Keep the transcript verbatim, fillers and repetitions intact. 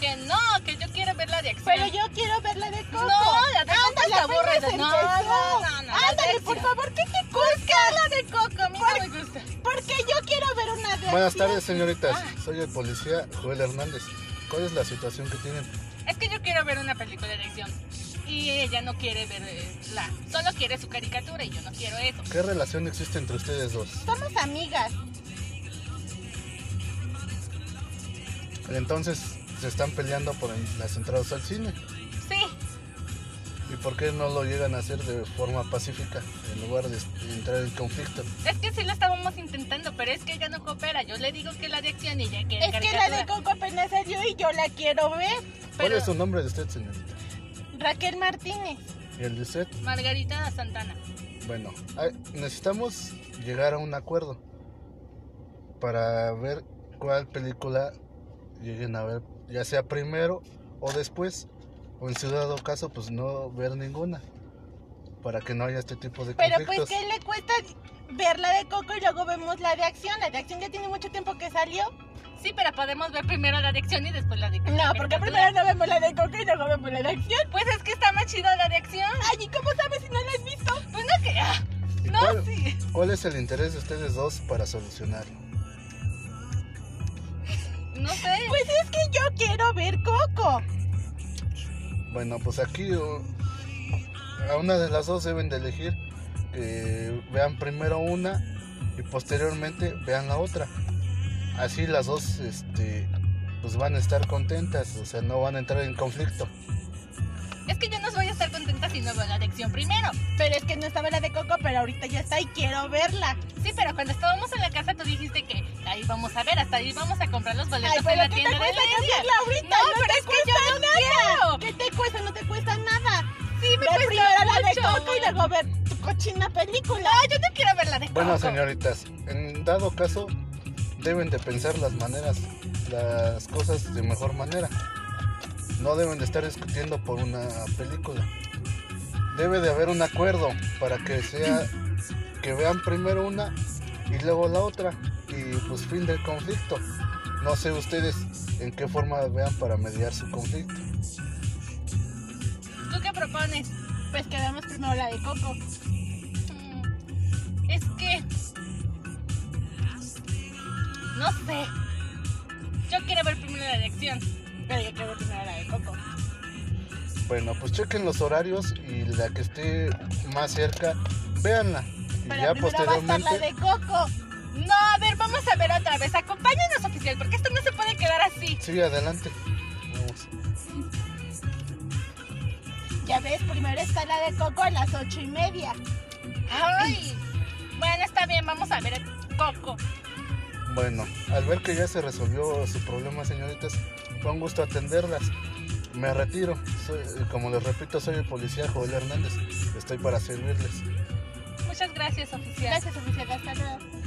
que no, que yo quiero ver la de acción. Pero yo quiero ver la de Coco. No, la de Coco está aburrida. No, No, no, no, no. Ándale, por favor, ¿qué te ¿Por gusta? qué la de Coco? A mí ¿Por- no me gusta. Porque yo quiero ver una de Buenas acción. tardes, señoritas. Ah. Soy el policía Joel Hernández. ¿Cuál es la situación que tienen? Es que yo quiero ver una película de acción. Y ella no quiere ver eh, la... Solo quiere su caricatura y yo no quiero eso. ¿Qué relación existe entre ustedes dos? Somos amigas. Entonces, se están peleando por las entradas al cine. Sí, ¿Y por qué no lo llegan a hacer de forma pacífica en lugar de entrar en conflicto? es que sí lo estábamos intentando, pero es que ella no coopera. Yo le digo que la de acción y ella quiere Es que caricatura. la de Coco apenas salió y yo la quiero ver. ¿Cuál Pero- es su nombre de usted, señorita? Raquel Martínez. ¿Y el de usted? Margarita Santana. Bueno, hay- necesitamos llegar a un acuerdo para ver cuál película lleguen a ver, ya sea primero o después, o en su dado caso, pues no ver ninguna, para que no haya este tipo de Pero pues, conflictos. ¿qué le cuesta ver la de Coco y luego vemos la de acción? La de acción ya tiene mucho tiempo que salió. Sí, pero podemos ver primero la de acción y después la de No, porque caricatura. primero no vemos la de Coco y luego vemos la de acción. Pues es que está más chida la de acción. Ay, ¿y cómo sabes si no la has visto? Pues no que... ah, ¿Y no, cuál, sí. cuál es el interés de ustedes dos para solucionarlo? No sé. Pues es que yo quiero ver Coco. Bueno, pues aquí o- a una de las dos deben de elegir que vean primero una y posteriormente vean la otra. Así las dos este, pues van a estar contentas, o sea, no van a entrar en conflicto. Es que yo no voy a estar contenta si no veo la de acción primero. Pero es que no estaba la de Coco, pero ahorita ya está y quiero verla. Sí, pero cuando estábamos en la casa tú dijiste que ahí vamos a ver, hasta ahí vamos a comprar los boletos Ay, en pero la ¿qué te tienda de cuesta Ledia. cambiarla ahorita? No, No pero te es que yo no quiero. ¿Qué te cuesta? No te cuesta nada. Sí, me Ver cuesta primero la de mucho. Coco y luego ver tu cochina película. No, yo no quiero ver la de Coco. Bueno, señoritas, en dado caso deben de pensar las maneras, las cosas de mejor manera. No deben de estar discutiendo por una película. Debe de haber un acuerdo para que sea que vean primero una y luego la otra y pues fin del conflicto. No sé ustedes en qué forma vean para mediar su conflicto. ¿Tú qué propones? Pues que veamos primero la de Coco. Mm, Es que... No sé. Yo quiero ver primero la de acción. Pero yo quiero ver primero la de Coco. Bueno, pues chequen los horarios y la que esté más cerca, véanla. Y Pero ya primero va a estar posteriormente... la de Coco. No, a ver, vamos a ver otra vez. Acompáñanos, oficial, porque esto no se puede quedar así. Sí, adelante. Vamos. Ya ves, primero está la de Coco a las ocho y media. Ay. Bueno, está bien, vamos a ver Coco. Bueno, al ver que ya se resolvió su problema, señoritas, fue un gusto atenderlas. Me retiro. Soy, como les repito, soy el policía Joel Hernández. Estoy para servirles. Muchas gracias, oficial. Gracias, oficial. Hasta luego.